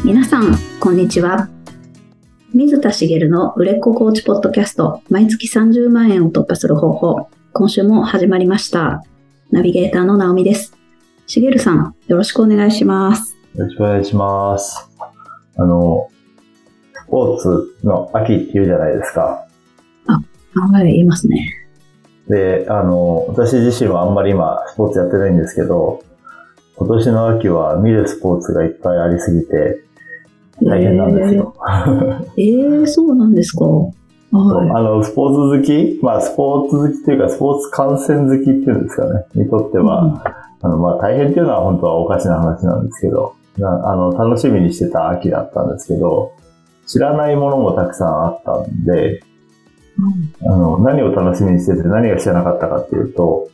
皆さんこんにちは。水田茂の売れっ子コーチポッドキャスト、毎月30万円を突破する方法、今週も始まりました。ナビゲーターの直美です。茂さん、よろしくお願いします。 よろしくお願いします。スポーツの秋っていうじゃないですか。 はい、言いますね。 で、私自身はあんまり今スポーツやってないんですけど、今年の秋は見るスポーツがいっぱいありすぎて大変なんですよ。 そうなんですか。はい、 スポーツ好き、スポーツ好きというかスポーツ観戦好きっていうんですかね、にとっては、大変っていうのは本当はおかしな話なんですけど、楽しみにしてた秋だったんですけど、知らないものもたくさんあったんで、何を楽しみにしてて何が知らなかったかっていうと、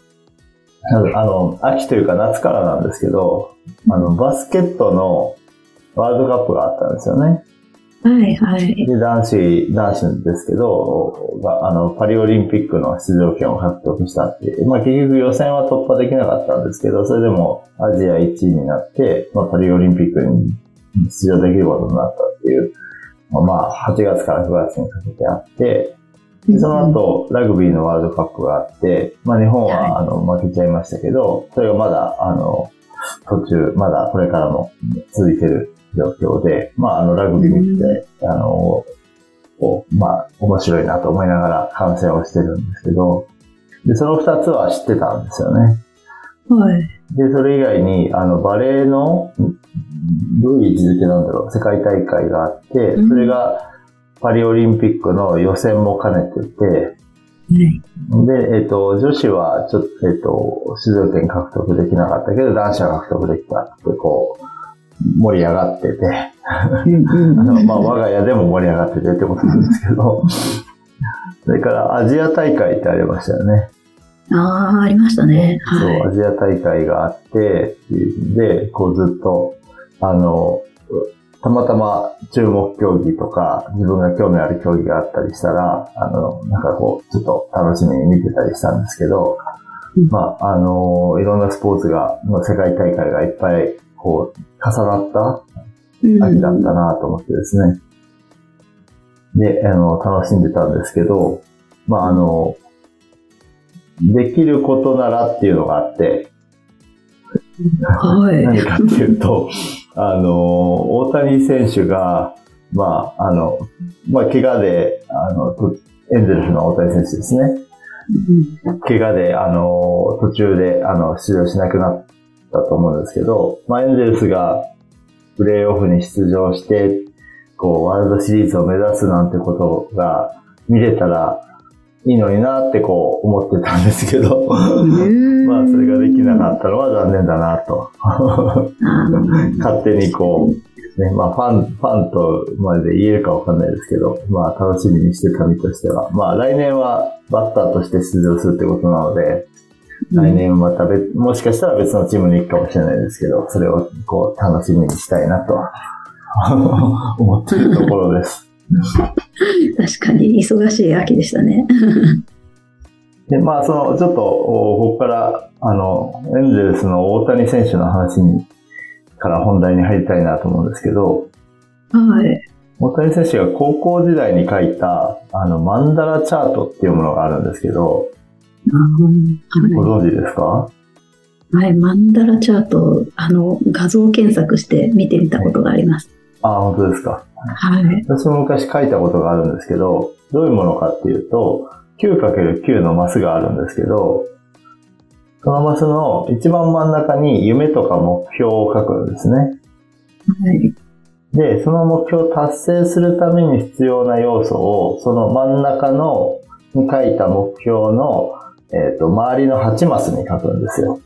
秋というか夏からなんですけど、バスケットのワールドカップがあったんですよね。 はいはい。 で、男子ですけど、パリオリンピックの出場権を獲得したっていう。結局予選は突破できなかったんですけど、それでもアジア1位になって、パリオリンピックに出場できることになったっていう、8月から9月にかけてあって、でその後、ラグビーのワールドカップがあって、日本は負けちゃいましたけど、それがまだ、途中、まだこれからも続いてる状況で、ラグビー見て、面白いなと思いながら観戦をしてるんですけど、で、その二つは知ってたんですよね。 はい。 で、それ以外に、バレーの、どういう位置づけなんだろう、世界大会があって、それがパリオリンピックの予選も兼ねてて、で、女子はちょっと、出場権獲得できなかったけど、男子は獲得できたって、盛り上がってて、我が家でも盛り上がっててってことなんですけど、それからアジア大会ってありましたよね。 ありましたね。 そう、アジア大会があって、で、ずっと、たまたま注目競技とか、自分が興味ある競技があったりしたら、ちょっと楽しみに見てたりしたんですけど、いろんなスポーツの世界大会がいっぱい、重なった秋だったなと思ってですね。で、楽しんでたんですけど、できることならっていうのがあって、 はい、 何かっていうと、大谷選手が、怪我で、エンゼルスの大谷選手ですね。怪我で、途中で、出場しなくなったと思うんですけど、エンゼルスがプレーオフに出場して、ワールドシリーズを目指すなんてことが見れたらいいのになって思ってたんですけど、それができなかったのは残念だなと。勝手にファンとまで言えるかわかんないですけど、楽しみにしてた身としては、来年はバッターとして出場するってことなので、来年またもしかしたら別のチームに行くかもしれないですけど、それを楽しみにしたいなと思っているところです。 確かに忙しい秋でしたね。 で、ちょっと、ここから、エンゼルスの大谷選手の話から本題に入りたいなと思うんですけど、 はい。 大谷選手が高校時代に書いた、マンダラチャートっていうものがあるんですけど、ご存知ですか？ はい、マンダラチャート、画像検索して見てみたことがあります。 本当ですか？ はい。 私も昔書いたことがあるんですけど、どういうものかっていうと、9×9 のマスがあるんですけど、そのマスの一番真ん中に夢とか目標を書くんですね。 はい。 で、その目標を達成するために必要な要素を、その真ん中に書いた目標の、周りの8マスに書くんですよ。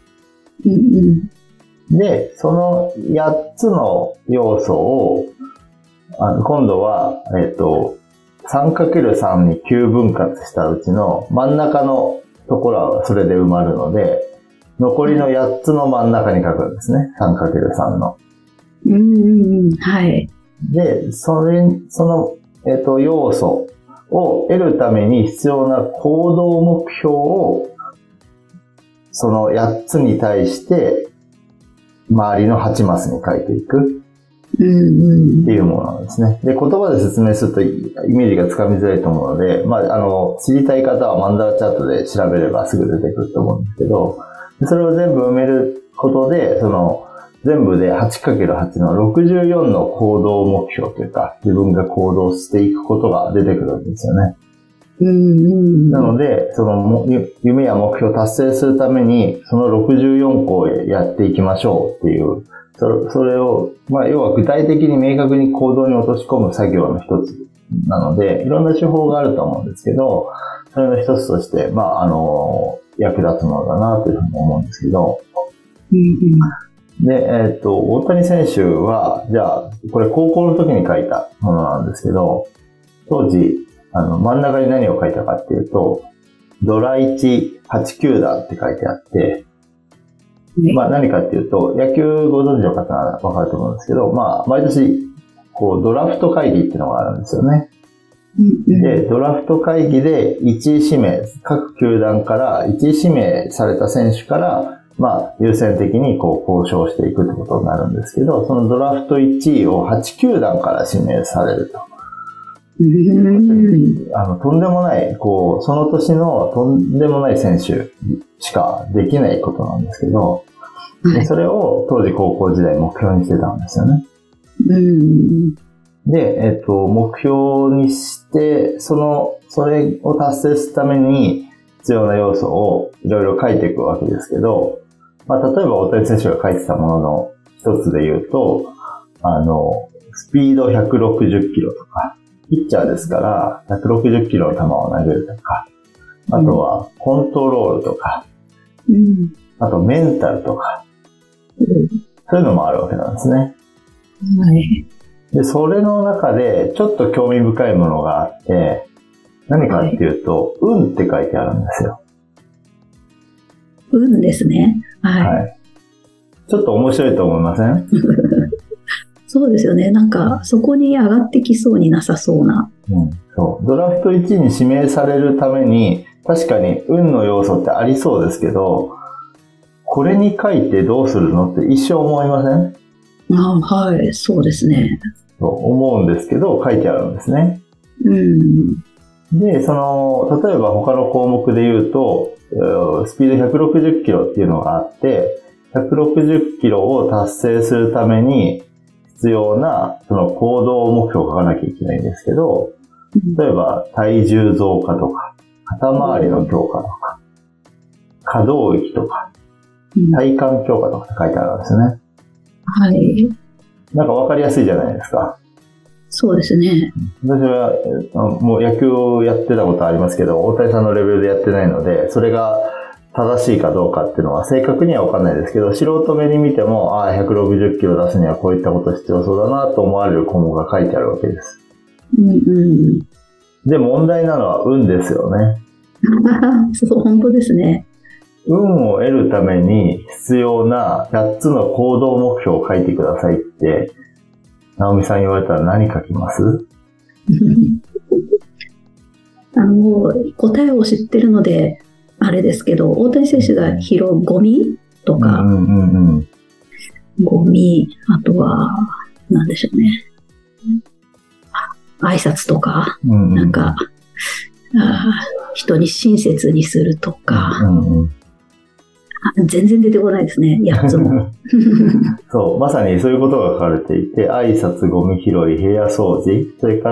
で、その8つの要素を、今度は、3×3 に9分割したうちの真ん中のところはそれで埋まるので、残りの8つの真ん中に書くんですね。3×3 の。 はい。 で、その、要素を得るために必要な行動目標を、その8つに対して、周りの8マスに書いていく。 っていうものなんですね。で、言葉で説明するとイメージがつかみづらいと思うので、知りたい方はマンダラチャートで調べればすぐ出てくると思うんですけど、それを全部埋めることで、全部で 8×8 の64の行動目標というか、自分が行動していくことが出てくるんですよね。なので、夢や目標を達成するために、その64個をやっていきましょうっていう、それを、要は具体的に明確に行動に落とし込む作業の一つなので、いろんな手法があると思うんですけど、それの一つとして、役立つものだなというふうに思うんですけど、で、大谷選手は、じゃあ、これ高校の時に書いたものなんですけど、当時、真ん中に何を書いたかっていうと、ドラ1、8球団って書いてあって、何かっていうと、野球ご存知の方はわかると思うんですけど、毎年、ドラフト会議っていうのがあるんですよね。で、ドラフト会議で1位指名、各球団から1位指名された選手から、優先的に交渉していくってことになるんですけど、そのドラフト1位を8球団から指名されると。とんでもない、その年のとんでもない選手しかできないことなんですけど、それを当時高校時代目標にしてたんですよね。で、目標にして、それを達成するために必要な要素をいろいろ書いていくわけですけど、例えば大谷選手が書いてたものの一つで言うと、スピード160キロとか、ピッチャーですから160キロの球を投げるとか、あとはコントロールとか、あとメンタルとか、そういうのもあるわけなんですね。で、それの中でちょっと興味深いものがあって、何かっていうと、運って書いてあるんですよ。 運ですね。 ちょっと面白いと思いません？ そうですよね。そこに上がってきそうになさそうな。 ドラフト1位に指名されるために、確かに運の要素ってありそうですけど、これに書いてどうするのって一生思いません？ そうですね。 そう思うんですけど、書いてあるんですね。で、例えば他の項目で言うと、スピード160キロっていうのがあって、160キロを達成するために必要な行動目標を書かなきゃいけないんですけど、例えば体重増加とか、肩周りの強化とか、可動域とか、体幹強化とかって書いてあるんですよね。わかりやすいじゃないですか。 そうですね。 私はもう野球をやってたことありますけど、大谷さんのレベルでやってないので、それが正しいかどうかっていうのは正確には分かんないですけど、素人目に見ても、160キロ出すにはこういったこと必要そうだなと思われる項目が書いてあるわけです。で、問題なのは運ですよね。 そう、本当ですね。 運を得るために必要な8つの行動目標を書いてくださいって、直美さん言われたら何書きます？ 答えを知ってるので、あれですけど、大谷選手が拾うゴミとか、ゴミ、あとは、なんでしょうね。挨拶とか、人に親切にするとか、全然出てこないですね、8つも。 そう、まさにそういうことが書かれていて、挨拶、ゴミ拾い、部屋掃除、それから、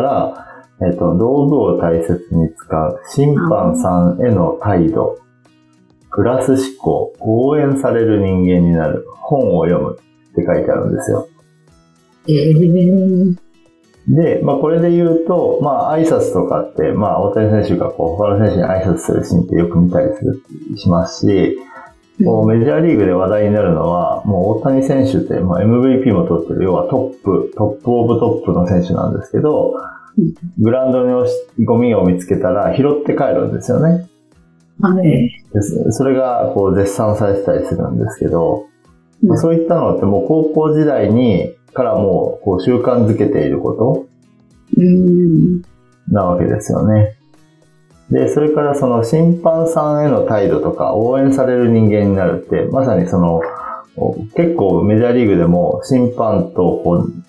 道具を大切に使う、審判さんへの態度、プラス思考、応援される人間になる、本を読むって書いてあるんですよ。で、これで言うと、挨拶とかって、大谷選手が他の選手に挨拶するシーンってよく見たりしますし、メジャーリーグで話題になるのは、もう大谷選手って、MVP も取ってる、要はトップオブトップの選手なんですけど、グラウンドにゴミを見つけたら拾って帰るんですよね。それが絶賛されてたりするんですけど、そういったのってもう高校時代からもう習慣づけていることなわけですよね。で、それから審判さんへの態度とか応援される人間になるって、まさに結構メジャーリーグでも審判と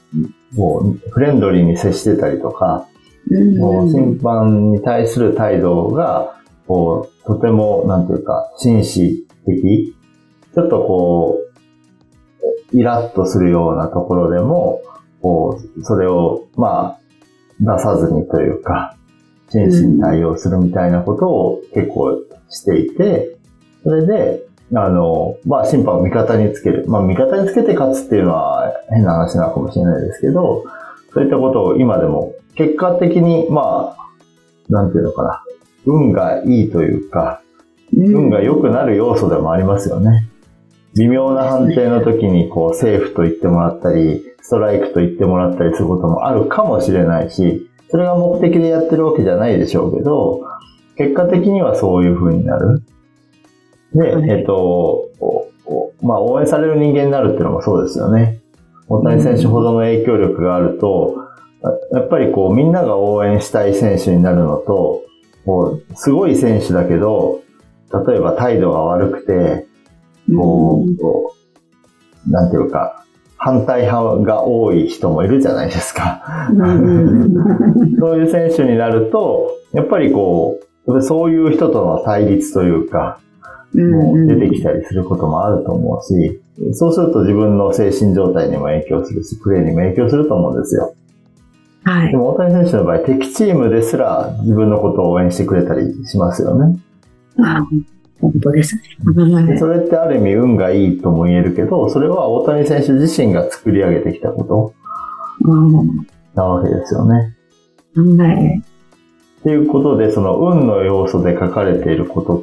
もうフレンドリーに接してたりとか、もう審判に対する態度が、こう、とても、なんていうか、紳士的、ちょっとこう、イラッとするようなところでも、こう、それを、まあ、出さずにというか、真摯に対応するみたいなことを結構していて、それで、まあ、審判を味方につける。まあ、味方につけて勝つっていうのは変な話なのかもしれないですけど、そういったことを今でも、結果的に、まあ、なんていうのかな、運がいいというか、運が良くなる要素でもありますよね。微妙な判定の時に、こう、セーフと言ってもらったり、ストライクと言ってもらったりすることもあるかもしれないし、それが目的でやってるわけじゃないでしょうけど、結果的にはそういう風になる。で、まあ、応援される人間になるっていうのもそうですよね。大谷選手ほどの影響力があると、やっぱりこう、みんなが応援したい選手になるのと、こう、すごい選手だけど、例えば態度が悪くて、こう、なんていうか、反対派が多い人もいるじゃないですか。そういう選手になると、やっぱりこう、そういう人との対立というか、もう出てきたりすることもあると思うし、そうすると自分の精神状態にも影響するし、プレーにも影響すると思うんですよ。はい。でも大谷選手の場合、敵チームですら自分のことを応援してくれたりしますよね。 本当ですね。 それってある意味運がいいとも言えるけど、それは大谷選手自身が作り上げてきたことなわけですよね。 はい。 っていうことで、その運の要素で書かれていることって、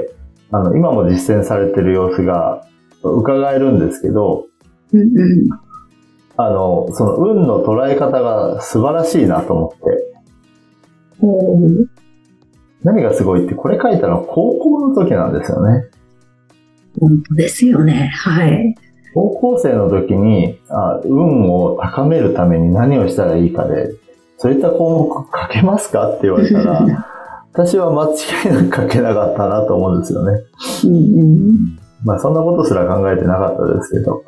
今も実践されている様子が伺えるんですけど、その運の捉え方が素晴らしいなと思って。何がすごいって、これ書いたの高校の時なんですよね。 本当ですよね。はい。 高校生の時に、運を高めるために何をしたらいいかで、そういった項目書けますかって言われたら、私は間違いなく書けなかったなと思うんですよね。まあそんなことすら考えてなかったですけど、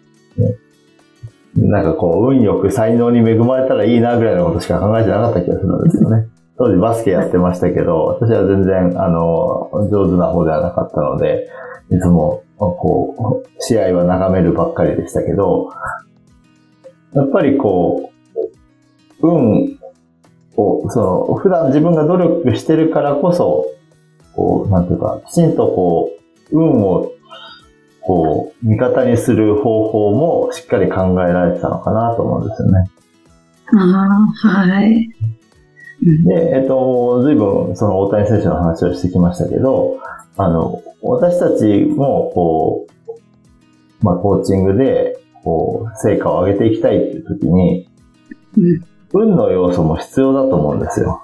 なんかこう運よく才能に恵まれたらいいなぐらいのことしか考えてなかった気がするんですよね。当時バスケやってましたけど、私は全然上手な方ではなかったので、いつもこう試合は眺めるばっかりでしたけど、やっぱりこう運を普段自分が努力してるからこそ、こうなんていうか、きちんとこう運をこう味方にする方法もしっかり考えられてたのかなと思うんですよね。 はい。 で、随分その大谷選手の話をしてきましたけど、私たちもこう、まあコーチングでこう成果を上げていきたいっていう時に、運の要素も必要だと思うんですよ。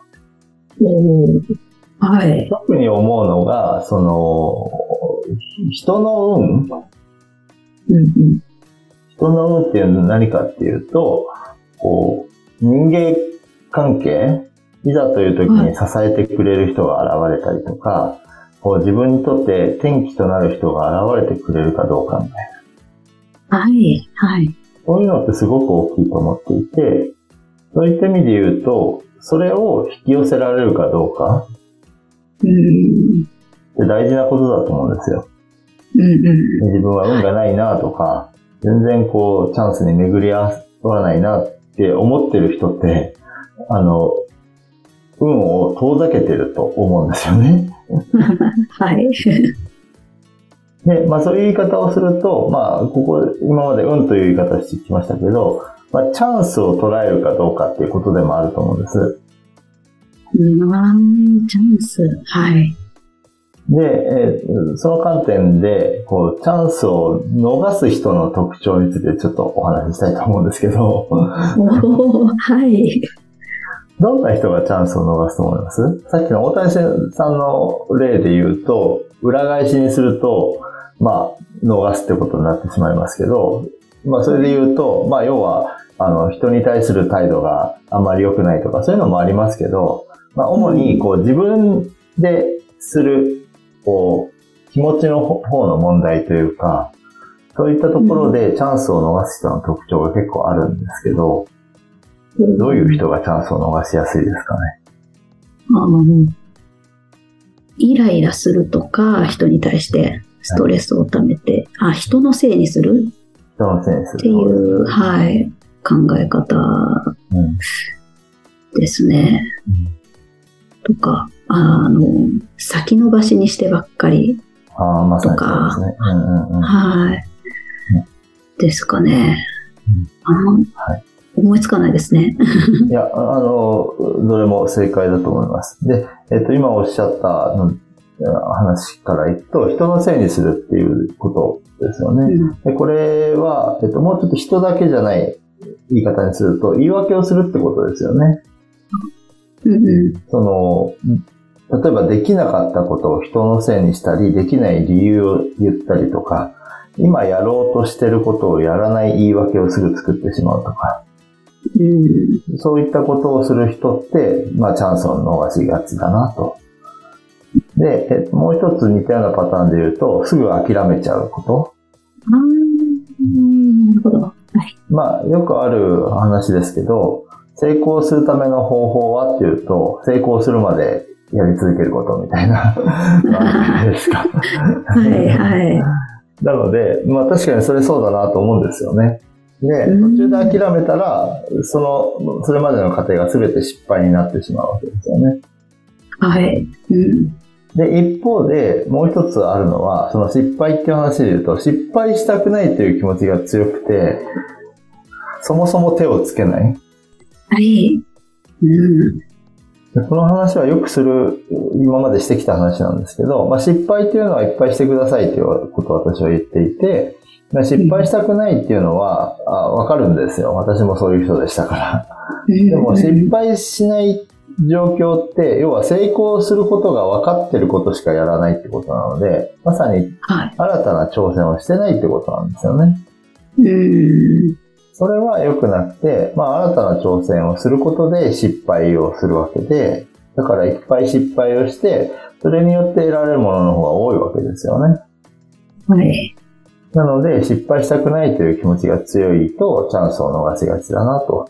はい。 特に思うのが、その、人の運、人の運っていうのは何かっていうと、こう、人間関係、いざという時に支えてくれる人が現れたりとか、こう自分にとって転機となる人が現れてくれるかどうかみたいな。はい、はい。 そういうのってすごく大きいと思っていて、そういった意味で言うと、それを引き寄せられるかどうか、って大事なことだと思うんですよ。自分は運がないなとか、全然こうチャンスに巡り合わないなって思ってる人って、運を遠ざけてると思うんですよね。 はい。 で、まあそういう言い方をすると、まあ今まで運という言い方をしてきましたけど、まあチャンスを捉えるかどうかっていうことでもあると思うんです。 チャンス。はい。 で、その観点で、こう、チャンスを逃す人の特徴についてちょっとお話ししたいと思うんですけど。 はい。 どんな人がチャンスを逃すと思います？さっきの大谷さんの例で言うと、裏返しにすると、まあ、逃すってことになってしまいますけど、まあ、それで言うと、まあ、要は、人に対する態度があんまり良くないとか、そういうのもありますけど、まあ、主に、こう、自分でする、こう、気持ちの方の問題というか、そういったところでチャンスを逃す人の特徴が結構あるんですけど、 どういう人がチャンスを逃しやすいですかね。イライラするとか、人に対してストレスを溜めて、人のせいにするっていう、はい、考え方ですね。とか、先延ばしにしてばっかりとか、はい、ですかね。思いつかないですね。 いや、どれも正解だと思います。で、今おっしゃった話からいくと、人のせいにするっていうことですよね。でこれは、もうちょっと人だけじゃない言い方にすると、言い訳をするってことですよね。例えばできなかったことを人のせいにしたり、できない理由を言ったりとか、今やろうとしてることをやらない言い訳をすぐ作ってしまうとか、そういったことをする人って、チャンスを逃しがちだなと。で、もう一つ似たようなパターンで言うと、すぐ諦めちゃうこと。 なるほど。はい。 よくある話ですけど、成功するための方法はっていうと、成功するまでやり続けることみたいな感じですか。 はいはい。 なので、確かにそれそうだなと思うんですよね。で、途中で諦めたら、それまでの過程が全て失敗になってしまうわけですよね。 はい。 で、一方で、もう一つあるのは、その失敗っていう話で言うと、失敗したくないという気持ちが強くて、そもそも手をつけない。 はい。 この話はよく今までしてきた話なんですけど、失敗っていうのはいっぱいしてくださいということを私は言っていて、失敗したくないっていうのは、わかるんですよ。私もそういう人でしたから。でも失敗しない状況って、要は成功することが分かってることしかやらないってことなので、まさに新たな挑戦をしてないってことなんですよね。それは良くなくて、新たな挑戦をすることで失敗をするわけで、だからいっぱい失敗をして、それによって得られるものの方が多いわけですよね。 はい。 なので、失敗したくないという気持ちが強いと、チャンスを逃しがちだなと。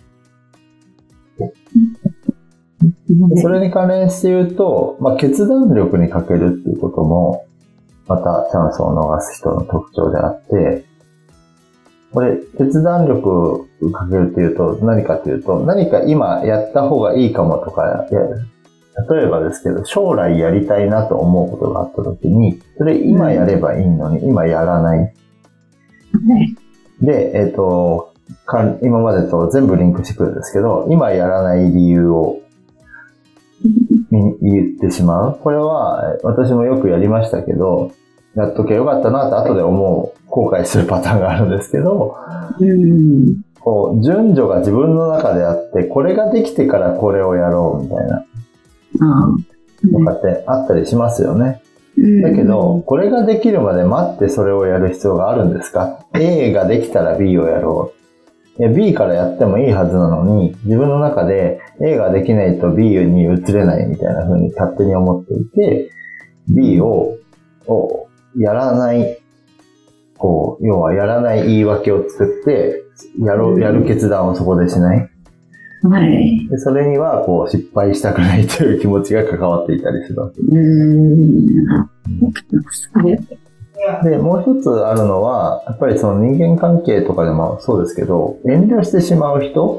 それに関連して言うと、決断力に欠けるっていうことも、またチャンスを逃す人の特徴であって、これ、決断力を欠けるっていうと、何かっていうと、何か今やった方がいいかもとか、例えばですけど、将来やりたいなと思うことがあったときに、それ今やればいいのに、今やらない。で、今までと全部リンクしてくるんですけど、今やらない理由を言ってしまう。これは私もよくやりましたけど、やっとけよかったなって後で後悔するパターンがあるんですけど、順序が自分の中であって、これができてからこれをやろうみたいな。とかってあったりしますよね。だけど、これができるまで待ってそれをやる必要があるんですか？ A ができたら B をやろう。B からやってもいいはずなのに、自分の中で A ができないと B に移れないみたいな風に勝手に思っていて、B をやらない、要はやらない言い訳を作って、やる決断をそこでしない。 はい。 でそれには、失敗したくないという気持ちが関わっていたりするわけです。で、もう一つあるのは、やっぱりその人間関係とかでもそうですけど、遠慮してしまう人。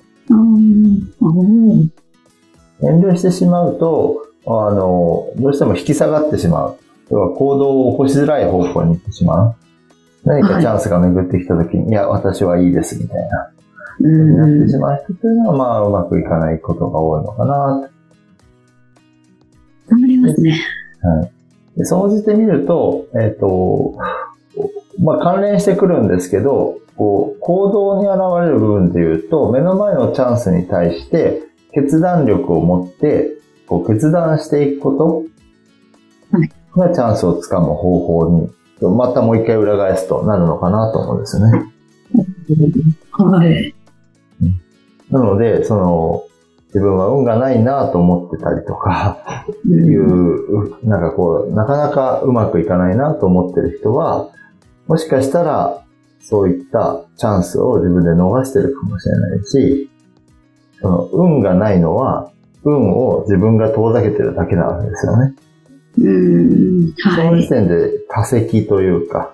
遠慮してしまうと、どうしても引き下がってしまう。要は行動を起こしづらい方向に行ってしまう。何かチャンスが巡ってきたときに、いや、私はいいですみたいな。なってしまう人というのは、うまくいかないことが多いのかな。 ありますね。 はい。で、総じてみると、関連してくるんですけど、行動に現れる部分でいうと、目の前のチャンスに対して決断力を持って、決断していくことがチャンスをつかむ方法に、またもう一回裏返すとなるのかなと思うんですよね。 はい。 なので、自分は運がないなと思ってたりとか、なかなかうまくいかないなと思ってる人は、もしかしたら、そういったチャンスを自分で逃してるかもしれないし、 その運がないのは、運を自分が遠ざけてるだけなわけですよね。その時点で多責というか、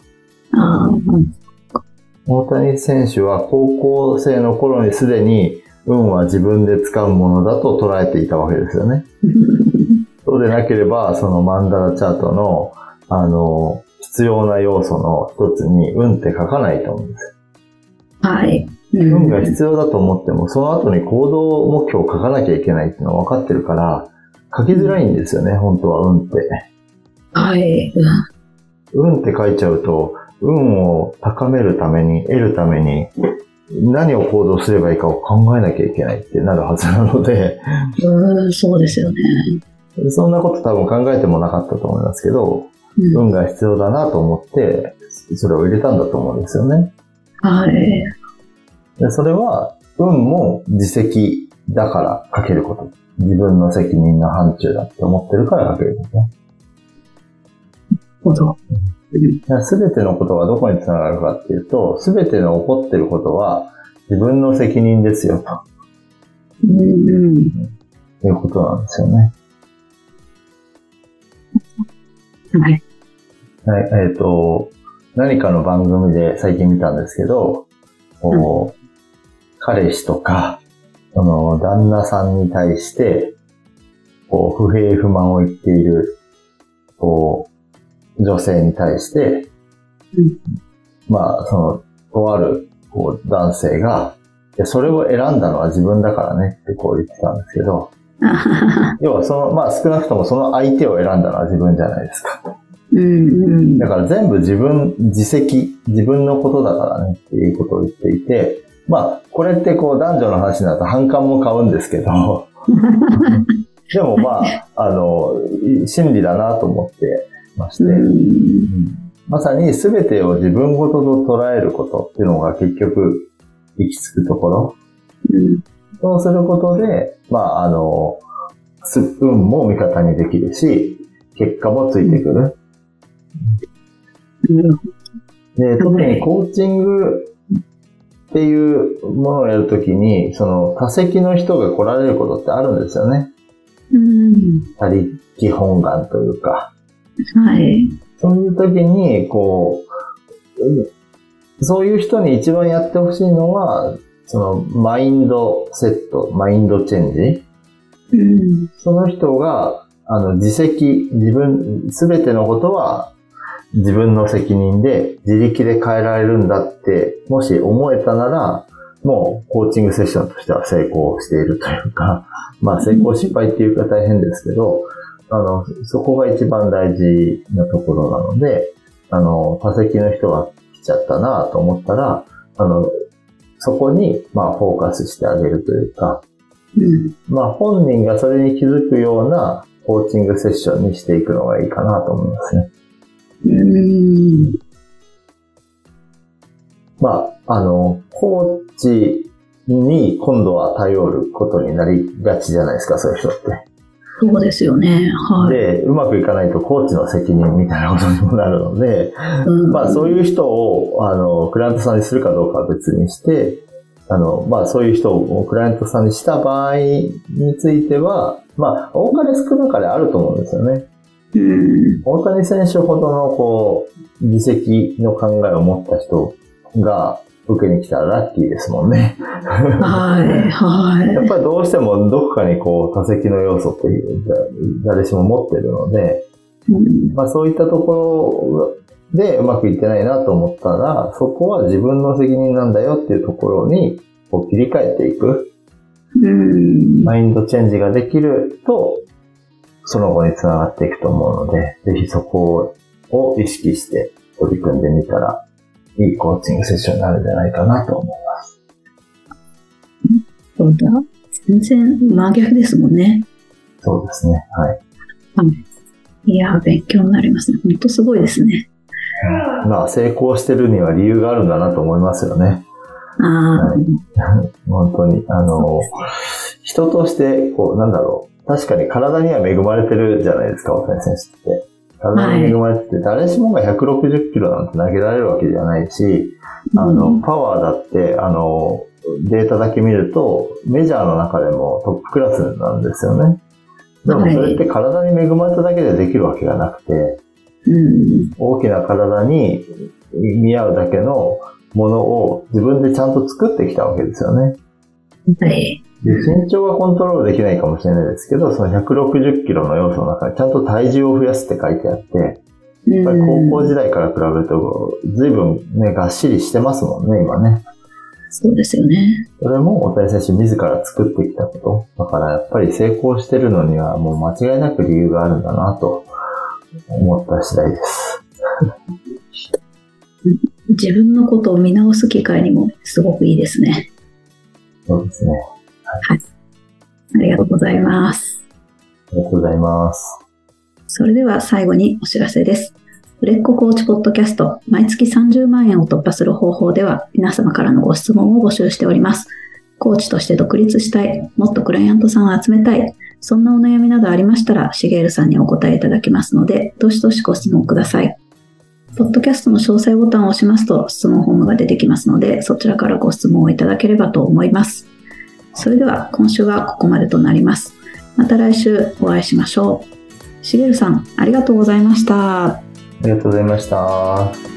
大谷選手は高校生の頃にすでに運は自分で使うものだと捉えていたわけですよね。そうでなければ、そのマンダラチャートの、必要な要素の一つに運って書かないと思うんです。運が必要だと思っても、その後に行動目標を書かなきゃいけないっていうのは分かってるから、書きづらいんですよね、本当は運って。運って書いちゃうと、運を高めるために、得るために、何を行動すればいいかを考えなきゃいけないってなるはずなので。 そうですよね。 そんなこと多分考えてもなかったと思いますけど、運が必要だなと思って、それを入れたんだと思うんですよね。でそれは、運も自責だから書けること。自分の責任の範疇だって思ってるから書けること。すべてのことがどこにつながるかっていうと、すべての起こってることは自分の責任ですよと。いうことなんですよね。何かの番組で最近見たんですけど、彼氏とか、旦那さんに対して、不平不満を言っている、女性に対して、とある、男性が、それを選んだのは自分だからねって言ってたんですけど、要は少なくともその相手を選んだのは自分じゃないですか。だから全部自責、自分のことだからねっていうことを言っていて、これって男女の話になると反感も買うんですけど、でも真理だなと思ってまして、まさに全てを自分ごとと捉えることっていうのが結局行き着くところ。そうすることで、運も味方にできるし、結果もついてくる。で、特にコーチングっていうものをやるときに、その多責の人が来られることってあるんですよね。他力本願というか。そういうときに、そういう人に一番やってほしいのは、そのマインドセット、マインドチェンジ。その人が、自責、すべてのことは自分の責任で自力で変えられるんだって、もし思えたなら、もうコーチングセッションとしては成功しているというか、成功失敗っていうか大変ですけど、そこが一番大事なところなので、多責の人が来ちゃったなと思ったら、そこに、フォーカスしてあげるというか、本人がそれに気づくようなコーチングセッションにしていくのがいいかなと思いますね。コーチに今度は頼ることになりがちじゃないですか、そういう人って。 そうですよね。 で、うまくいかないとコーチの責任みたいなことにもなるので、そういう人を、クライアントさんにするかどうかは別にして、そういう人をクライアントさんにした場合については、多かれ少なかれあると思うんですよね。大谷選手ほどの、自責の考えを持った人が受けに来たらラッキーですもんね。やっぱりどうしてもどこかに多責の要素っていう誰しも持ってるので、そういったところでうまくいってないなと思ったら、そこは自分の責任なんだよっていうところに切り替えていく。マインドチェンジができると、その後につながっていくと思うので、ぜひそこを意識して取り組んでみたら、いいコーチングセッションになるんじゃないかなと思います。 そうだ。全然真逆ですもんね。 そうですね。 いや、勉強になりますね。本当すごいですね。 成功してるには理由があるんだなと思いますよね。本当に、人として、確かに体には恵まれてるじゃないですか、大谷選手って。 体に恵まれてて、誰しもが160キロなんて投げられるわけじゃないし、パワーだって、データだけ見ると、メジャーの中でもトップクラスなんですよね。でもそれって体に恵まれただけでできるわけがなくて、大きな体に見合うだけのものを自分でちゃんと作ってきたわけですよね。で身長はコントロールできないかもしれないですけど、その160キロの要素の中にちゃんと体重を増やすって書いてあって、やっぱり高校時代から比べると随分ね、がっしりしてますもんね、今ね。 そうですよね。 それも大谷選手自ら作ってきたこと。だからやっぱり成功してるのにはもう間違いなく理由があるんだなと思った次第です。 自分のことを見直す機会にもすごくいいですね。 そうですね。 はい。ありがとうございます。 ありがとうございます。 それでは最後にお知らせです。売れっ子コーチポッドキャスト、毎月30万円を突破する方法では、皆様からのご質問を募集しております。コーチとして独立したい、もっとクライアントさんを集めたい、そんなお悩みなどありましたら、しげるさんにお答えいただきますので、どしどしご質問ください。ポッドキャストの詳細ボタンを押しますと、質問フォームが出てきますので、そちらからご質問をいただければと思います。それでは、今週はここまでとなります。また来週お会いしましょう。しげるさん、ありがとうございました。 ありがとうございました。